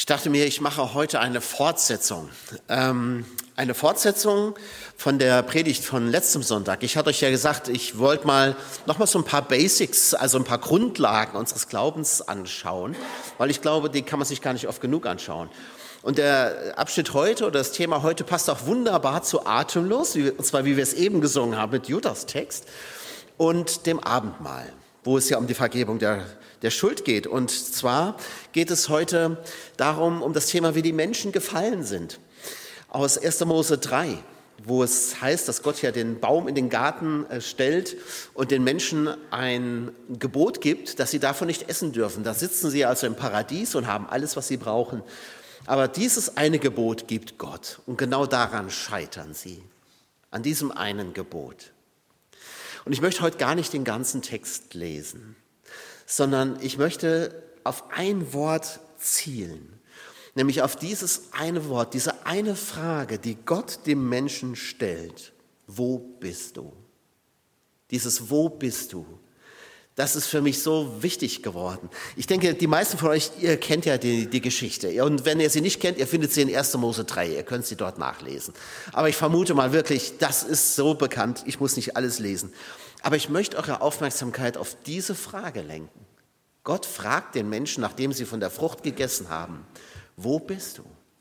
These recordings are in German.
Ich dachte mir, ich mache heute eine Fortsetzung. Eine Fortsetzung von der Predigt von letztem Sonntag. Ich hatte euch ja gesagt, ich wollte nochmal so ein paar Basics, also ein paar Grundlagen unseres Glaubens anschauen, weil ich glaube, die kann man sich gar nicht oft genug anschauen. Und der Abschnitt heute oder das Thema heute passt auch wunderbar zu Atemlos, und zwar wie wir es eben gesungen haben mit Judas Text und dem Abendmahl, wo es ja um die Vergebung der Schuld geht. Und zwar geht es heute darum, um das Thema, wie die Menschen gefallen sind. Aus 1. Mose 3, wo es heißt, dass Gott ja den Baum in den Garten stellt und den Menschen ein Gebot gibt, dass sie davon nicht essen dürfen. Da sitzen sie also im Paradies und haben alles, was sie brauchen. Aber dieses eine Gebot gibt Gott. Und genau daran scheitern sie. An diesem einen Gebot. Und ich möchte heute gar nicht den ganzen Text lesen, sondern ich möchte auf ein Wort zielen. Nämlich auf dieses eine Wort, diese eine Frage, die Gott dem Menschen stellt. Wo bist du? Dieses Wo bist du? Das ist für mich so wichtig geworden. Ich denke, die meisten von euch, ihr kennt ja die Geschichte. Und wenn ihr sie nicht kennt, ihr findet sie in 1. Mose 3. Ihr könnt sie dort nachlesen. Aber ich vermute mal wirklich, das ist so bekannt. Ich muss nicht alles lesen. Aber ich möchte eure Aufmerksamkeit auf diese Frage lenken. Gott fragt den Menschen, nachdem sie von der Frucht gegessen haben, wo bist du?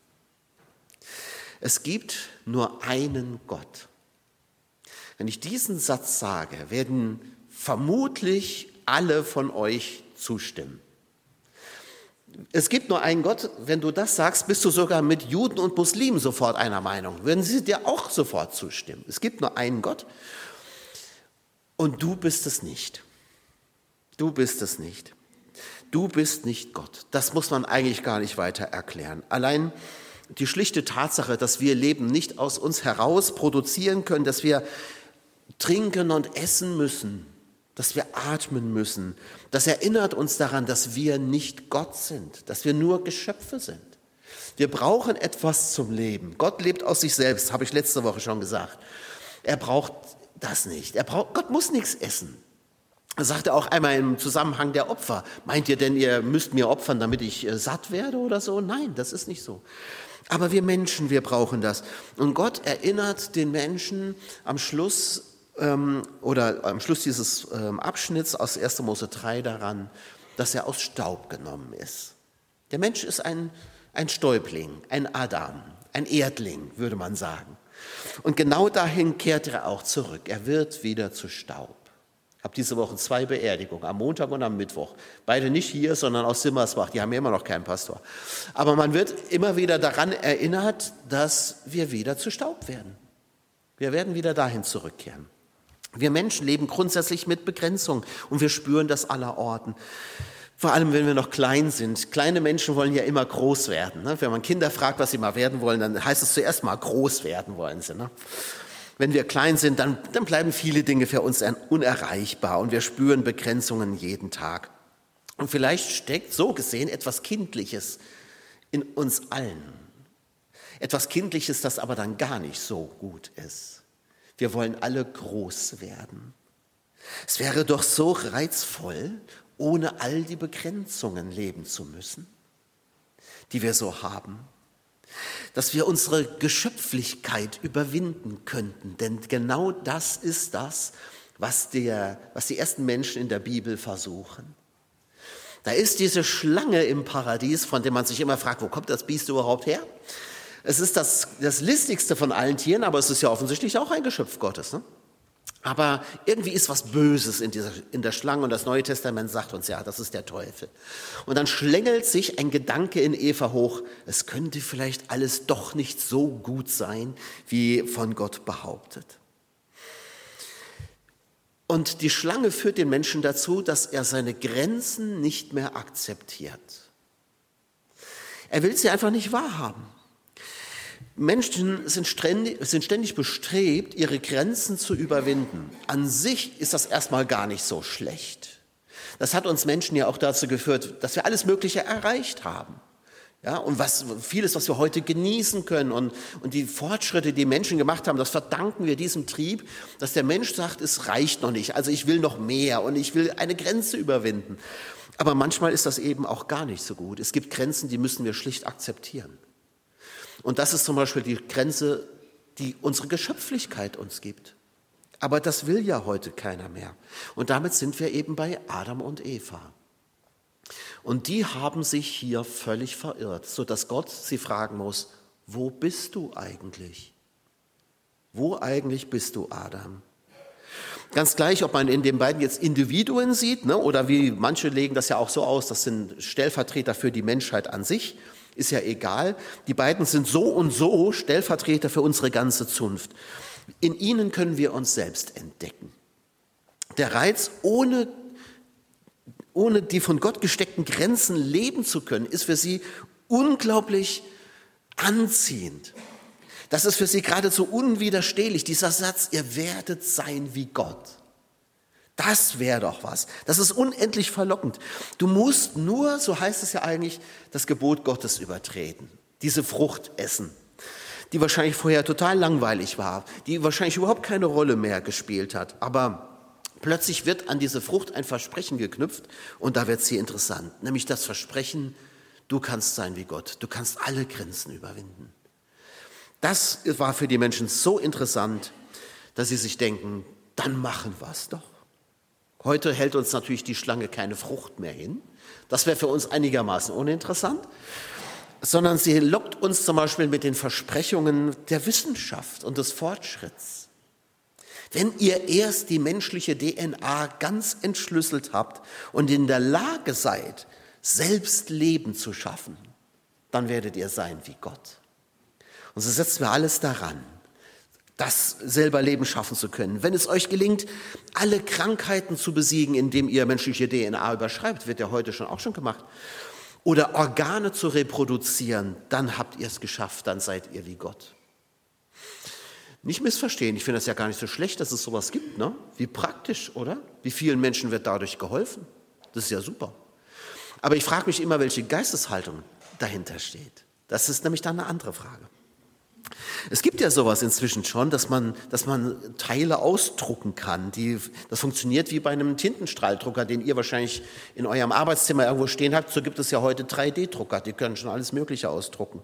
Es gibt nur einen Gott. Wenn ich diesen Satz sage, werden vermutlich alle von euch zustimmen. Es gibt nur einen Gott. Wenn du das sagst, bist du sogar mit Juden und Muslimen sofort einer Meinung. Würden sie dir auch sofort zustimmen. Es gibt nur einen Gott und du bist es nicht. Du bist es nicht. Du bist nicht Gott. Das muss man eigentlich gar nicht weiter erklären. Allein die schlichte Tatsache, dass wir Leben nicht aus uns heraus produzieren können, dass wir trinken und essen müssen, dass wir atmen müssen, das erinnert uns daran, dass wir nicht Gott sind, dass wir nur Geschöpfe sind. Wir brauchen etwas zum Leben. Gott lebt aus sich selbst, habe ich letzte Woche schon gesagt. Er braucht das nicht. Gott muss nichts essen. Er sagte auch einmal im Zusammenhang der Opfer, meint ihr denn, ihr müsst mir opfern, damit ich satt werde oder so? Nein, das ist nicht so. Aber wir Menschen, wir brauchen das. Und Gott erinnert den Menschen am Schluss dieses Abschnitts aus 1. Mose 3 daran, dass er aus Staub genommen ist. Der Mensch ist ein Stäubling, ein Adam, ein Erdling, würde man sagen. Und genau dahin kehrt er auch zurück. Er wird wieder zu Staub. Ich habe diese Woche 2 Beerdigungen, am Montag und am Mittwoch. Beide nicht hier, sondern aus Simmersbach. Die haben ja immer noch keinen Pastor. Aber man wird immer wieder daran erinnert, dass wir wieder zu Staub werden. Wir werden wieder dahin zurückkehren. Wir Menschen leben grundsätzlich mit Begrenzung und wir spüren das allerorten. Vor allem, wenn wir noch klein sind. Kleine Menschen wollen ja immer groß werden. Ne? Wenn man Kinder fragt, was sie mal werden wollen, dann heißt es zuerst mal groß werden wollen sie. Ne? Wenn wir klein sind, dann bleiben viele Dinge für uns unerreichbar und wir spüren Begrenzungen jeden Tag. Und vielleicht steckt so gesehen etwas Kindliches in uns allen. Etwas Kindliches, das aber dann gar nicht so gut ist. Wir wollen alle groß werden. Es wäre doch so reizvoll, ohne all die Begrenzungen leben zu müssen, die wir so haben. Dass wir unsere Geschöpflichkeit überwinden könnten. Denn genau das ist das, was die ersten Menschen in der Bibel versuchen. Da ist diese Schlange im Paradies, von der man sich immer fragt, wo kommt das Biest überhaupt her? Es ist das listigste von allen Tieren, aber es ist ja offensichtlich auch ein Geschöpf Gottes. Ne? Aber irgendwie ist was Böses in der Schlange und das Neue Testament sagt uns, ja, das ist der Teufel. Und dann schlängelt sich ein Gedanke in Eva hoch, es könnte vielleicht alles doch nicht so gut sein, wie von Gott behauptet. Und die Schlange führt den Menschen dazu, dass er seine Grenzen nicht mehr akzeptiert. Er will sie einfach nicht wahrhaben. Menschen sind ständig bestrebt, ihre Grenzen zu überwinden. An sich ist das erstmal gar nicht so schlecht. Das hat uns Menschen ja auch dazu geführt, dass wir alles Mögliche erreicht haben. Ja, und vieles, was wir heute genießen können und die Fortschritte, die Menschen gemacht haben, das verdanken wir diesem Trieb, dass der Mensch sagt, es reicht noch nicht, also ich will noch mehr und ich will eine Grenze überwinden. Aber manchmal ist das eben auch gar nicht so gut. Es gibt Grenzen, die müssen wir schlicht akzeptieren. Und das ist zum Beispiel die Grenze, die unsere Geschöpflichkeit uns gibt. Aber das will ja heute keiner mehr. Und damit sind wir eben bei Adam und Eva. Und die haben sich hier völlig verirrt, sodass Gott sie fragen muss, wo bist du eigentlich? Wo eigentlich bist du, Adam? Ganz gleich, ob man in den beiden jetzt Individuen sieht, ne, oder wie manche legen das ja auch so aus, das sind Stellvertreter für die Menschheit an sich, ist ja egal. Die beiden sind so und so Stellvertreter für unsere ganze Zunft. In ihnen können wir uns selbst entdecken. Der Reiz, ohne die von Gott gesteckten Grenzen leben zu können, ist für sie unglaublich anziehend. Das ist für sie geradezu unwiderstehlich, dieser Satz, ihr werdet sein wie Gott. Das wäre doch was. Das ist unendlich verlockend. Du musst nur, so heißt es ja eigentlich, das Gebot Gottes übertreten, diese Frucht essen, die wahrscheinlich vorher total langweilig war, die wahrscheinlich überhaupt keine Rolle mehr gespielt hat. Aber plötzlich wird an diese Frucht ein Versprechen geknüpft und da wird sie interessant, nämlich das Versprechen, du kannst sein wie Gott, du kannst alle Grenzen überwinden. Das war für die Menschen so interessant, dass sie sich denken, dann machen wir es doch. Heute hält uns natürlich die Schlange keine Frucht mehr hin. Das wäre für uns einigermaßen uninteressant. Sondern sie lockt uns zum Beispiel mit den Versprechungen der Wissenschaft und des Fortschritts. Wenn ihr erst die menschliche DNA ganz entschlüsselt habt und in der Lage seid, selbst Leben zu schaffen, dann werdet ihr sein wie Gott. Und so setzen wir alles daran, das selber Leben schaffen zu können. Wenn es euch gelingt, alle Krankheiten zu besiegen, indem ihr menschliche DNA überschreibt, wird ja heute auch schon gemacht, oder Organe zu reproduzieren, dann habt ihr es geschafft, dann seid ihr wie Gott. Nicht missverstehen, ich finde das ja gar nicht so schlecht, dass es sowas gibt, ne? Wie praktisch, oder? Wie vielen Menschen wird dadurch geholfen? Das ist ja super. Aber ich frage mich immer, welche Geisteshaltung dahinter steht. Das ist nämlich dann eine andere Frage. Es gibt ja sowas inzwischen schon, dass man Teile ausdrucken kann. Das funktioniert wie bei einem Tintenstrahldrucker, den ihr wahrscheinlich in eurem Arbeitszimmer irgendwo stehen habt. So gibt es ja heute 3D-Drucker, die können schon alles Mögliche ausdrucken.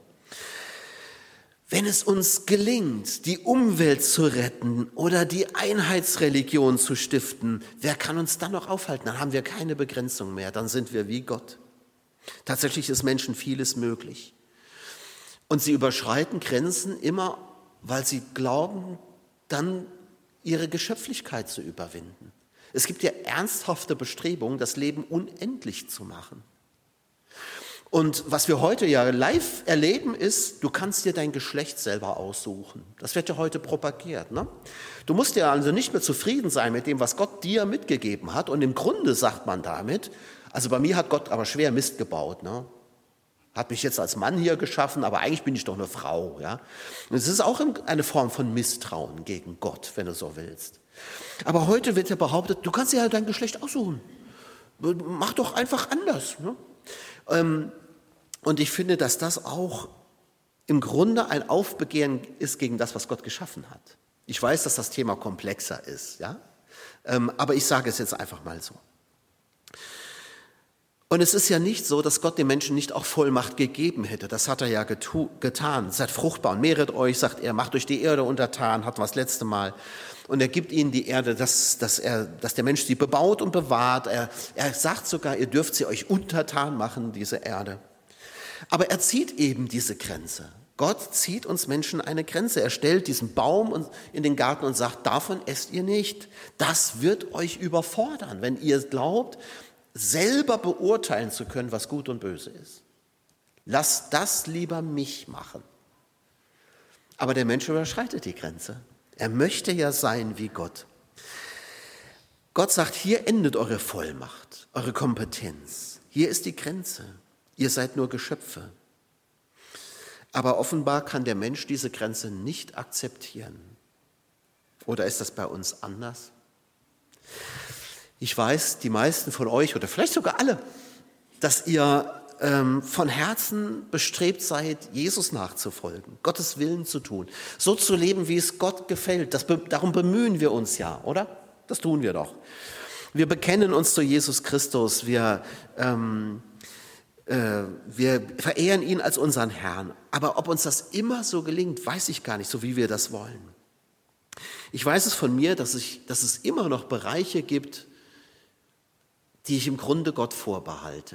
Wenn es uns gelingt, die Umwelt zu retten oder die Einheitsreligion zu stiften, wer kann uns dann noch aufhalten? Dann haben wir keine Begrenzung mehr, dann sind wir wie Gott. Tatsächlich ist Menschen vieles möglich. Und sie überschreiten Grenzen immer, weil sie glauben, dann ihre Geschöpflichkeit zu überwinden. Es gibt ja ernsthafte Bestrebungen, das Leben unendlich zu machen. Und was wir heute ja live erleben ist, du kannst dir dein Geschlecht selber aussuchen. Das wird ja heute propagiert, ne? Du musst ja also nicht mehr zufrieden sein mit dem, was Gott dir mitgegeben hat. Und im Grunde sagt man damit, also bei mir hat Gott aber schwer Mist gebaut, ne? Hat mich jetzt als Mann hier geschaffen, aber eigentlich bin ich doch eine Frau. Ja? Und es ist auch eine Form von Misstrauen gegen Gott, wenn du so willst. Aber heute wird ja behauptet, du kannst dir ja dein Geschlecht aussuchen. Mach doch einfach anders. Ne? Und ich finde, dass das auch im Grunde ein Aufbegehren ist gegen das, was Gott geschaffen hat. Ich weiß, dass das Thema komplexer ist, ja? Aber ich sage es jetzt einfach mal so. Und es ist ja nicht so, dass Gott den Menschen nicht auch Vollmacht gegeben hätte. Das hat er ja getan. Seid fruchtbar und mehret euch, sagt er, macht euch die Erde untertan, hatten wir das letzte Mal. Und er gibt ihnen die Erde, dass der Mensch sie bebaut und bewahrt. Er sagt sogar, ihr dürft sie euch untertan machen, diese Erde. Aber er zieht eben diese Grenze. Gott zieht uns Menschen eine Grenze. Er stellt diesen Baum in den Garten und sagt, davon esst ihr nicht. Das wird euch überfordern, wenn ihr glaubt, selber beurteilen zu können, was gut und böse ist. Lass das lieber mich machen. Aber der Mensch überschreitet die Grenze. Er möchte ja sein wie Gott. Gott sagt, hier endet eure Vollmacht, eure Kompetenz. Hier ist die Grenze. Ihr seid nur Geschöpfe. Aber offenbar kann der Mensch diese Grenze nicht akzeptieren. Oder ist das bei uns anders? Ich weiß, die meisten von euch oder vielleicht sogar alle, dass ihr von Herzen bestrebt seid, Jesus nachzufolgen, Gottes Willen zu tun, so zu leben, wie es Gott gefällt. Darum bemühen wir uns ja, oder? Das tun wir doch. Wir bekennen uns zu Jesus Christus, wir verehren ihn als unseren Herrn. Aber ob uns das immer so gelingt, weiß ich gar nicht, so wie wir das wollen. Ich weiß es von mir, dass es immer noch Bereiche gibt, die ich im Grunde Gott vorbehalte.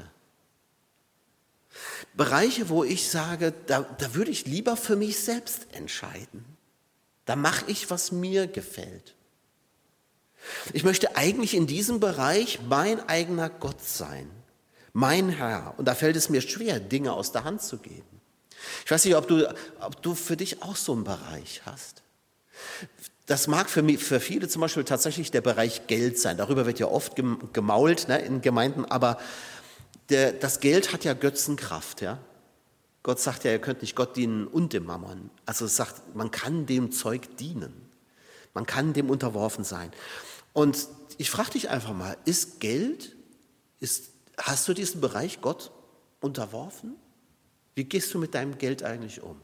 Bereiche, wo ich sage, da würde ich lieber für mich selbst entscheiden. Da mache ich, was mir gefällt. Ich möchte eigentlich in diesem Bereich mein eigener Gott sein, mein Herr. Und da fällt es mir schwer, Dinge aus der Hand zu geben. Ich weiß nicht, ob du für dich auch so einen Bereich hast. Das mag für viele zum Beispiel tatsächlich der Bereich Geld sein. Darüber wird ja oft gemault, ne, in Gemeinden, aber das Geld hat ja Götzenkraft. Ja? Gott sagt ja, ihr könnt nicht Gott dienen und dem Mammon. Also es sagt, man kann dem Zeug dienen. Man kann dem unterworfen sein. Und ich frage dich einfach mal, hast du diesen Bereich Gott unterworfen? Wie gehst du mit deinem Geld eigentlich um?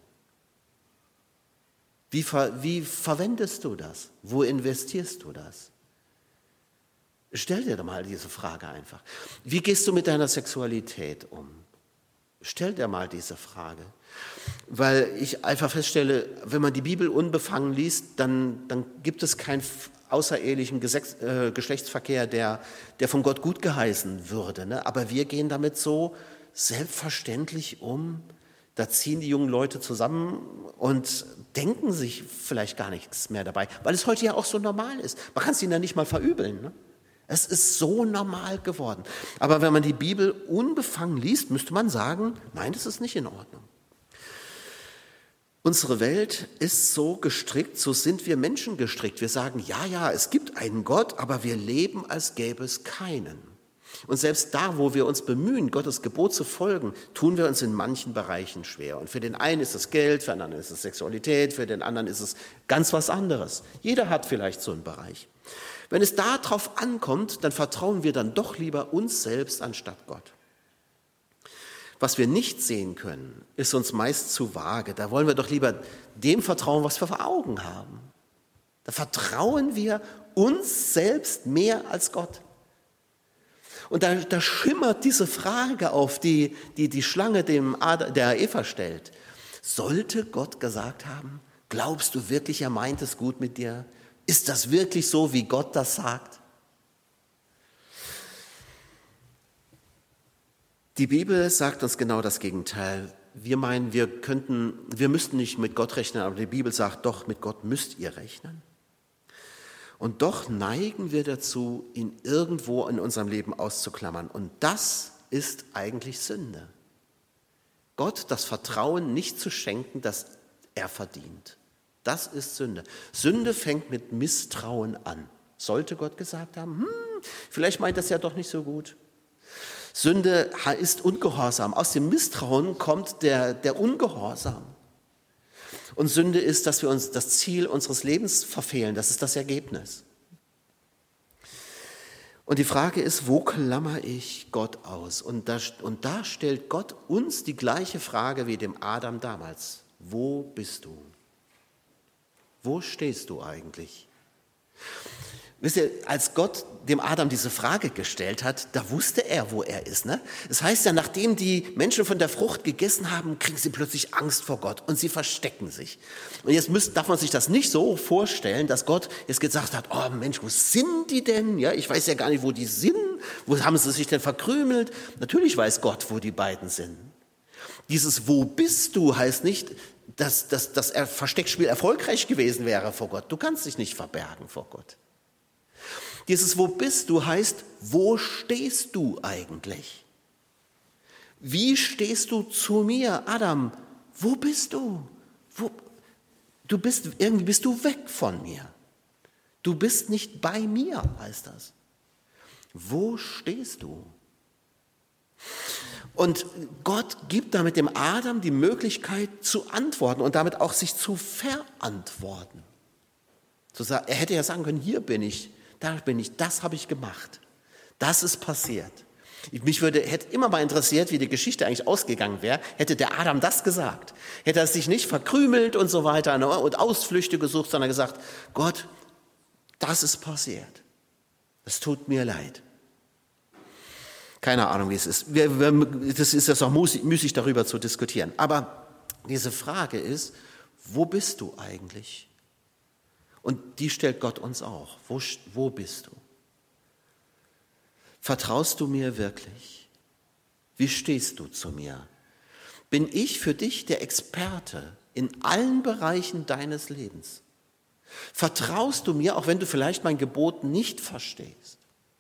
Wie verwendest du das? Wo investierst du das? Stell dir doch mal diese Frage einfach. Wie gehst du mit deiner Sexualität um? Stell dir mal diese Frage. Weil ich einfach feststelle, wenn man die Bibel unbefangen liest, dann gibt es keinen außerehelichen Geschlechtsverkehr, der von Gott gut geheißen würde. Ne? Aber wir gehen damit so selbstverständlich um. Da ziehen die jungen Leute zusammen und denken sich vielleicht gar nichts mehr dabei, weil es heute ja auch so normal ist. Man kann es ihnen ja nicht mal verübeln. Ne? Es ist so normal geworden. Aber wenn man die Bibel unbefangen liest, müsste man sagen, nein, das ist nicht in Ordnung. Unsere Welt ist so gestrickt, so sind wir Menschen gestrickt. Wir sagen, ja, es gibt einen Gott, aber wir leben, als gäbe es keinen. Und selbst da, wo wir uns bemühen, Gottes Gebot zu folgen, tun wir uns in manchen Bereichen schwer. Und für den einen ist es Geld, für den anderen ist es Sexualität, für den anderen ist es ganz was anderes. Jeder hat vielleicht so einen Bereich. Wenn es darauf ankommt, dann vertrauen wir dann doch lieber uns selbst anstatt Gott. Was wir nicht sehen können, ist uns meist zu vage. Da wollen wir doch lieber dem vertrauen, was wir vor Augen haben. Da vertrauen wir uns selbst mehr als Gott. Und da schimmert diese Frage auf, die Schlange der Eva stellt. Sollte Gott gesagt haben, glaubst du wirklich, er meint es gut mit dir? Ist das wirklich so, wie Gott das sagt? Die Bibel sagt uns genau das Gegenteil. Wir meinen, wir müssten nicht mit Gott rechnen, aber die Bibel sagt doch, mit Gott müsst ihr rechnen. Und doch neigen wir dazu, ihn irgendwo in unserem Leben auszuklammern. Und das ist eigentlich Sünde. Gott das Vertrauen nicht zu schenken, das er verdient. Das ist Sünde. Sünde fängt mit Misstrauen an. Sollte Gott gesagt haben, vielleicht meint das ja doch nicht so gut. Sünde ist Ungehorsam. Aus dem Misstrauen kommt der Ungehorsam. Und Sünde ist, dass wir uns das Ziel unseres Lebens verfehlen. Das ist das Ergebnis. Und die Frage ist, wo klammer ich Gott aus? Und da stellt Gott uns die gleiche Frage wie dem Adam damals. Wo bist du? Wo stehst du eigentlich? Wisst ihr, als Gott dem Adam diese Frage gestellt hat, da wusste er, wo er ist. Ne? Das heißt ja, nachdem die Menschen von der Frucht gegessen haben, kriegen sie plötzlich Angst vor Gott und sie verstecken sich. Und jetzt darf man sich das nicht so vorstellen, dass Gott jetzt gesagt hat, oh Mensch, wo sind die denn? Ja, ich weiß ja gar nicht, wo die sind. Wo haben sie sich denn verkrümelt? Natürlich weiß Gott, wo die beiden sind. Dieses Wo bist du heißt nicht, dass das Versteckspiel erfolgreich gewesen wäre vor Gott. Du kannst dich nicht verbergen vor Gott. Dieses Wo bist du heißt, wo stehst du eigentlich? Wie stehst du zu mir, Adam? Wo bist du? Irgendwie bist du weg von mir. Du bist nicht bei mir, heißt das. Wo stehst du? Und Gott gibt damit dem Adam die Möglichkeit zu antworten und damit auch sich zu verantworten. Er hätte ja sagen können, hier bin ich, da bin ich, das habe ich gemacht. Das ist passiert. Hätte immer mal interessiert, wie die Geschichte eigentlich ausgegangen wäre, hätte der Adam das gesagt. Hätte er sich nicht verkrümelt und so weiter und Ausflüchte gesucht, sondern gesagt, Gott, das ist passiert. Es tut mir leid. Keine Ahnung, wie es ist. Das ist jetzt auch müßig, darüber zu diskutieren. Aber diese Frage ist, wo bist du eigentlich? Und die stellt Gott uns auch. Wo bist du? Vertraust du mir wirklich? Wie stehst du zu mir? Bin ich für dich der Experte in allen Bereichen deines Lebens? Vertraust du mir, auch wenn du vielleicht mein Gebot nicht verstehst?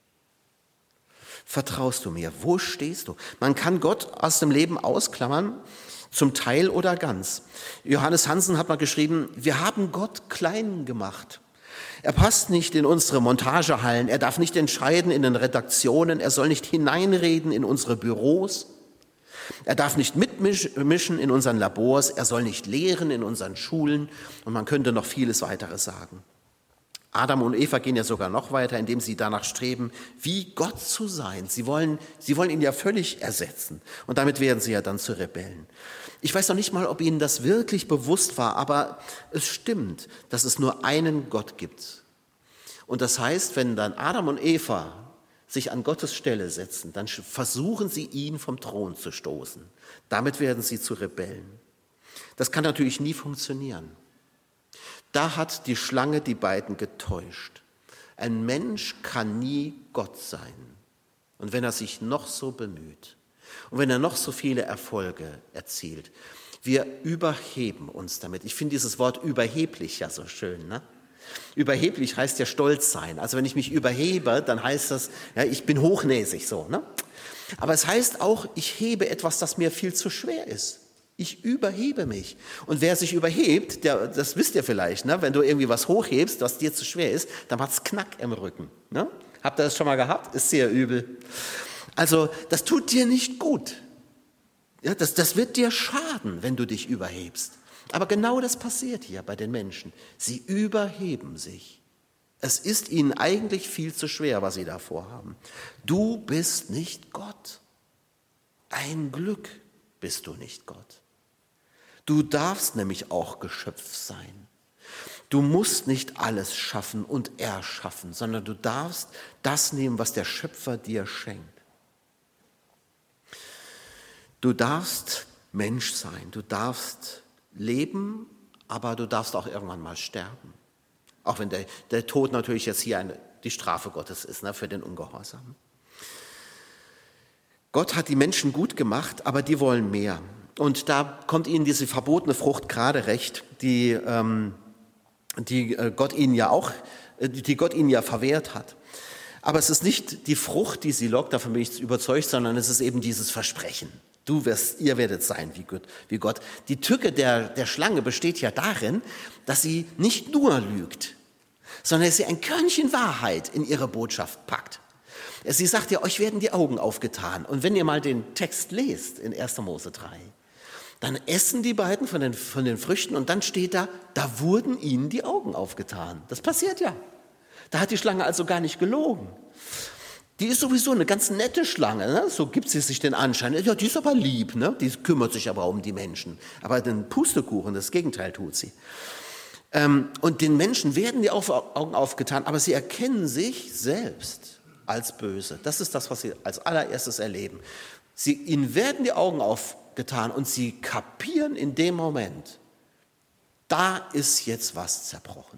Vertraust du mir? Wo stehst du? Man kann Gott aus dem Leben ausklammern, zum Teil oder ganz. Johannes Hansen hat mal geschrieben, wir haben Gott klein gemacht. Er passt nicht in unsere Montagehallen, er darf nicht entscheiden in den Redaktionen, er soll nicht hineinreden in unsere Büros, er darf nicht mitmischen in unseren Labors, er soll nicht lehren in unseren Schulen und man könnte noch vieles weiteres sagen. Adam und Eva gehen ja sogar noch weiter, indem sie danach streben, wie Gott zu sein. Sie wollen ihn ja völlig ersetzen. Und damit werden sie ja dann zu Rebellen. Ich weiß noch nicht mal, ob ihnen das wirklich bewusst war, aber es stimmt, dass es nur einen Gott gibt. Und das heißt, wenn dann Adam und Eva sich an Gottes Stelle setzen, dann versuchen sie, ihn vom Thron zu stoßen. Damit werden sie zu Rebellen. Das kann natürlich nie funktionieren. Da hat die Schlange die beiden getäuscht. Ein Mensch kann nie Gott sein. Und wenn er sich noch so bemüht und wenn er noch so viele Erfolge erzielt, wir überheben uns damit. Ich finde dieses Wort überheblich ja so schön, ne? Überheblich heißt ja stolz sein. Also wenn ich mich überhebe, dann heißt das, ja, ich bin hochnäsig so, ne? Aber es heißt auch, ich hebe etwas, das mir viel zu schwer ist. Ich überhebe mich. Und wer sich überhebt, das wisst ihr vielleicht, ne? Wenn du irgendwie was hochhebst, was dir zu schwer ist, dann macht es Knack im Rücken. Ne? Habt ihr das schon mal gehabt? Ist sehr übel. Also das tut dir nicht gut. Ja, das wird dir schaden, wenn du dich überhebst. Aber genau das passiert hier bei den Menschen. Sie überheben sich. Es ist ihnen eigentlich viel zu schwer, was sie da vorhaben. Du bist nicht Gott. Ein Glück bist du nicht Gott. Du darfst nämlich auch Geschöpf sein. Du musst nicht alles schaffen und erschaffen, sondern du darfst das nehmen, was der Schöpfer dir schenkt. Du darfst Mensch sein, du darfst leben, aber du darfst auch irgendwann mal sterben. Auch wenn der Tod natürlich jetzt hier die Strafe Gottes ist, ne, für den Ungehorsam. Gott hat die Menschen gut gemacht, aber die wollen mehr. Und da kommt ihnen diese verbotene Frucht gerade recht, die Gott ihnen ja verwehrt hat. Aber es ist nicht die Frucht, die sie lockt, davon bin ich überzeugt, sondern es ist eben dieses Versprechen. Ihr werdet sein wie Gott. Die Tücke der Schlange besteht ja darin, dass sie nicht nur lügt, sondern dass sie ein Körnchen Wahrheit in ihre Botschaft packt. Sie sagt ja, euch werden die Augen aufgetan. Und wenn ihr mal den Text lest in 1. Mose 3, dann essen die beiden von den Früchten und dann steht da wurden ihnen die Augen aufgetan. Das passiert ja. Da hat die Schlange also gar nicht gelogen. Die ist sowieso eine ganz nette Schlange, ne? So gibt sie sich den Anschein. Ja, die ist aber lieb, ne? Die kümmert sich aber um die Menschen. Aber den Pustekuchen, das Gegenteil tut sie. Und den Menschen werden die Augen aufgetan, aber sie erkennen sich selbst als böse. Das ist das, was sie als allererstes erleben. Ihnen werden die Augen aufgetan und sie kapieren in dem Moment, da ist jetzt was zerbrochen.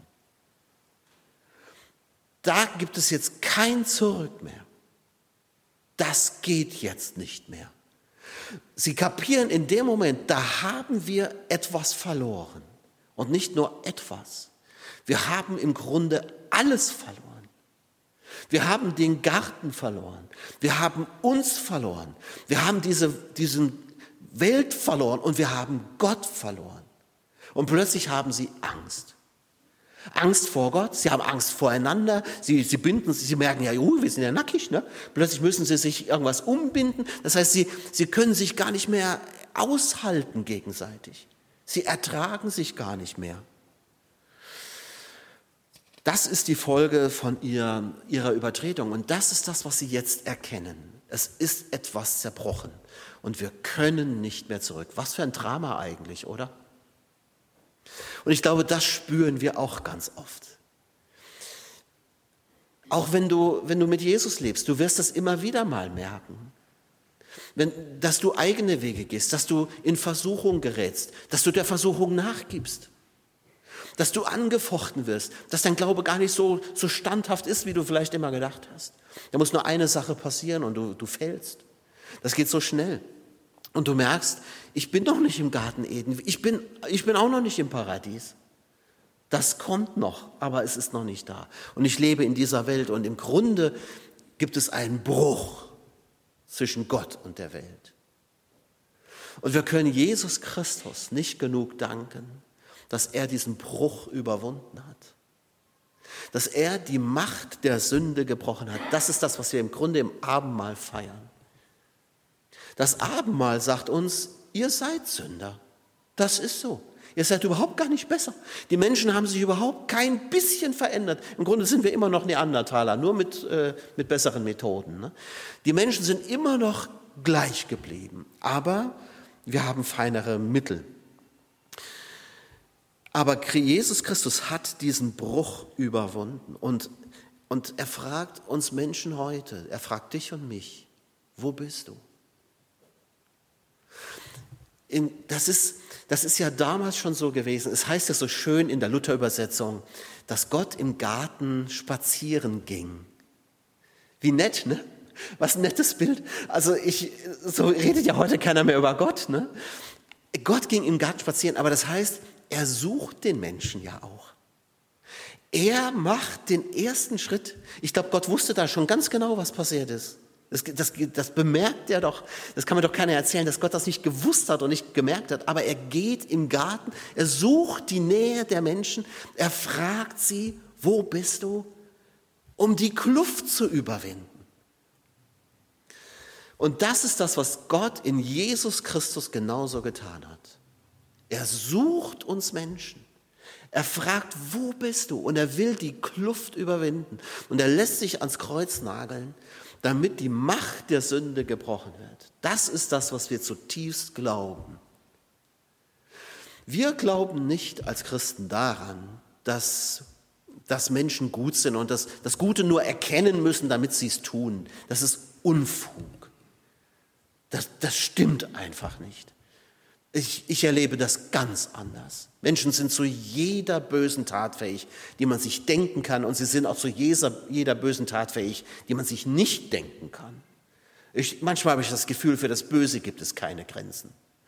Da gibt es jetzt kein Zurück mehr. Das geht jetzt nicht mehr. Sie kapieren in dem Moment, da haben wir etwas verloren. Und nicht nur etwas. Wir haben im Grunde alles verloren. Wir haben den Garten verloren. Wir haben uns verloren. Wir haben diese Welt verloren und wir haben Gott verloren. Und plötzlich haben sie Angst. Angst vor Gott, sie haben Angst voreinander, sie merken ja, wir sind ja nackig, ne? Plötzlich müssen sie sich irgendwas umbinden. Das heißt, sie können sich gar nicht mehr aushalten gegenseitig. Sie ertragen sich gar nicht mehr. Das ist die Folge von ihrer Übertretung und das ist das, was sie jetzt erkennen. Es ist etwas zerbrochen und wir können nicht mehr zurück. Was für ein Drama eigentlich, oder? Und ich glaube, das spüren wir auch ganz oft. Auch wenn du mit Jesus lebst, du wirst es immer wieder mal merken. Dass du eigene Wege gehst, dass du in Versuchung gerätst, dass du der Versuchung nachgibst, dass du angefochten wirst, dass dein Glaube gar nicht so standhaft ist, wie du vielleicht immer gedacht hast. Da muss nur eine Sache passieren und du fällst. Das geht so schnell. Und du merkst, ich bin noch nicht im Garten Eden, ich bin auch noch nicht im Paradies. Das kommt noch, aber es ist noch nicht da. Und ich lebe in dieser Welt und im Grunde gibt es einen Bruch zwischen Gott und der Welt. Und wir können Jesus Christus nicht genug danken, dass er diesen Bruch überwunden hat. Dass er die Macht der Sünde gebrochen hat. Das ist das, was wir im Grunde im Abendmahl feiern. Das Abendmahl sagt uns, ihr seid Sünder. Das ist so. Ihr seid überhaupt gar nicht besser. Die Menschen haben sich überhaupt kein bisschen verändert. Im Grunde sind wir immer noch Neandertaler, nur mit besseren Methoden. Ne? Die Menschen sind immer noch gleich geblieben, aber wir haben feinere Mittel. Aber Jesus Christus hat diesen Bruch überwunden und er fragt uns Menschen heute, er fragt dich und mich, wo bist du? Das ist ja damals schon so gewesen. Es heißt ja so schön in der Luther-Übersetzung, dass Gott im Garten spazieren ging. Wie nett, ne? Was ein nettes Bild. Also so redet ja heute keiner mehr über Gott, ne? Gott ging im Garten spazieren, aber das heißt, er sucht den Menschen ja auch. Er macht den ersten Schritt. Ich glaube, Gott wusste da schon ganz genau, was passiert ist. Das bemerkt er doch. Das kann mir doch keiner erzählen, dass Gott das nicht gewusst hat und nicht gemerkt hat. Aber er geht im Garten, er sucht die Nähe der Menschen, er fragt sie, wo bist du? Um die Kluft zu überwinden. Und das ist das, was Gott in Jesus Christus genauso getan hat. Er sucht uns Menschen. Er fragt, wo bist du? Und er will die Kluft überwinden. Und er lässt sich ans Kreuz nageln, damit die Macht der Sünde gebrochen wird. Das ist das, was wir zutiefst glauben. Wir glauben nicht als Christen daran, dass Menschen gut sind und das Gute nur erkennen müssen, damit sie es tun. Das ist Unfug. Das stimmt einfach nicht. Ich erlebe das ganz anders. Menschen sind zu jeder bösen Tat fähig, die man sich denken kann. Und sie sind auch zu jeder bösen Tat fähig, die man sich nicht denken kann. Manchmal habe ich das Gefühl, für das Böse gibt es keine Grenzen.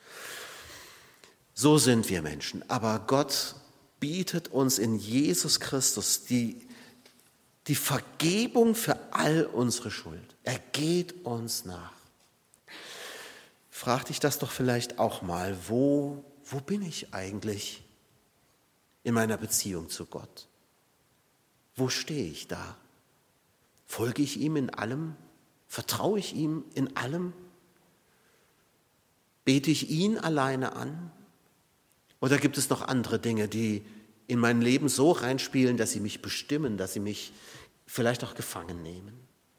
So sind wir Menschen. Aber Gott bietet uns in Jesus Christus die Vergebung für all unsere Schuld. Er geht uns nach. Frag dich das doch vielleicht auch mal, wo bin ich eigentlich in meiner Beziehung zu Gott? Wo stehe ich da? Folge ich ihm in allem? Vertraue ich ihm in allem? Bete ich ihn alleine an? Oder gibt es noch andere Dinge, die in mein Leben so reinspielen, dass sie mich bestimmen, dass sie mich vielleicht auch gefangen nehmen?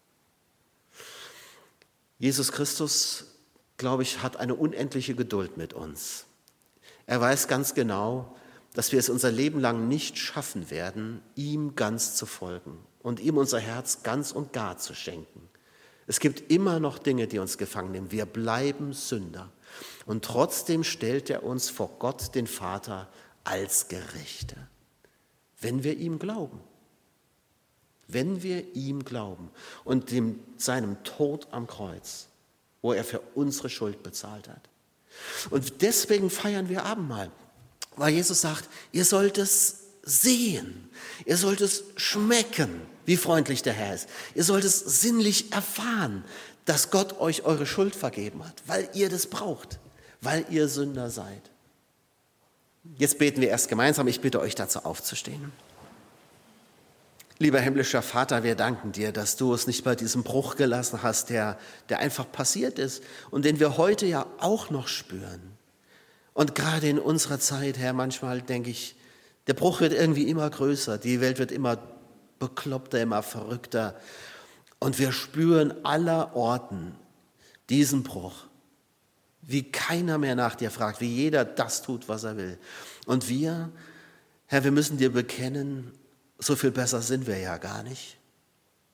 Jesus Christus, glaube ich, hat eine unendliche Geduld mit uns. Er weiß ganz genau, dass wir es unser Leben lang nicht schaffen werden, ihm ganz zu folgen und ihm unser Herz ganz und gar zu schenken. Es gibt immer noch Dinge, die uns gefangen nehmen. Wir bleiben Sünder. Und trotzdem stellt er uns vor Gott, den Vater, als Gerechte, wenn wir ihm glauben. Wenn wir ihm glauben und seinem Tod am Kreuz, wo er für unsere Schuld bezahlt hat. Und deswegen feiern wir Abendmahl, weil Jesus sagt, ihr sollt es sehen, ihr sollt es schmecken, wie freundlich der Herr ist. Ihr sollt es sinnlich erfahren, dass Gott euch eure Schuld vergeben hat, weil ihr das braucht, weil ihr Sünder seid. Jetzt beten wir erst gemeinsam. Ich bitte euch dazu aufzustehen. Lieber himmlischer Vater, wir danken dir, dass du es nicht bei diesem Bruch gelassen hast, der einfach passiert ist und den wir heute ja auch noch spüren. Und gerade in unserer Zeit, Herr, manchmal denke ich, der Bruch wird irgendwie immer größer, die Welt wird immer bekloppter, immer verrückter. Und wir spüren allerorten diesen Bruch, wie keiner mehr nach dir fragt, wie jeder das tut, was er will. Und wir, Herr, wir müssen dir bekennen, so viel besser sind wir ja gar nicht.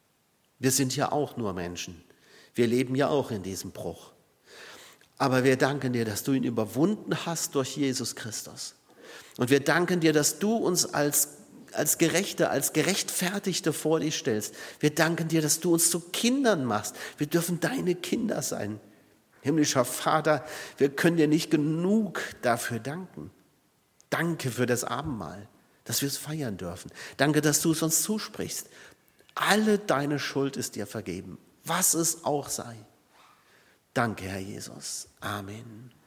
Wir sind ja auch nur Menschen. Wir leben ja auch in diesem Bruch. Aber wir danken dir, dass du ihn überwunden hast durch Jesus Christus. Und wir danken dir, dass du uns als Gerechte, als Gerechtfertigte vor dich stellst. Wir danken dir, dass du uns zu Kindern machst. Wir dürfen deine Kinder sein. Himmlischer Vater, wir können dir nicht genug dafür danken. Danke für das Abendmahl, dass wir es feiern dürfen. Danke, dass du es uns zusprichst. Alle deine Schuld ist dir vergeben, was es auch sei. Danke, Herr Jesus. Amen.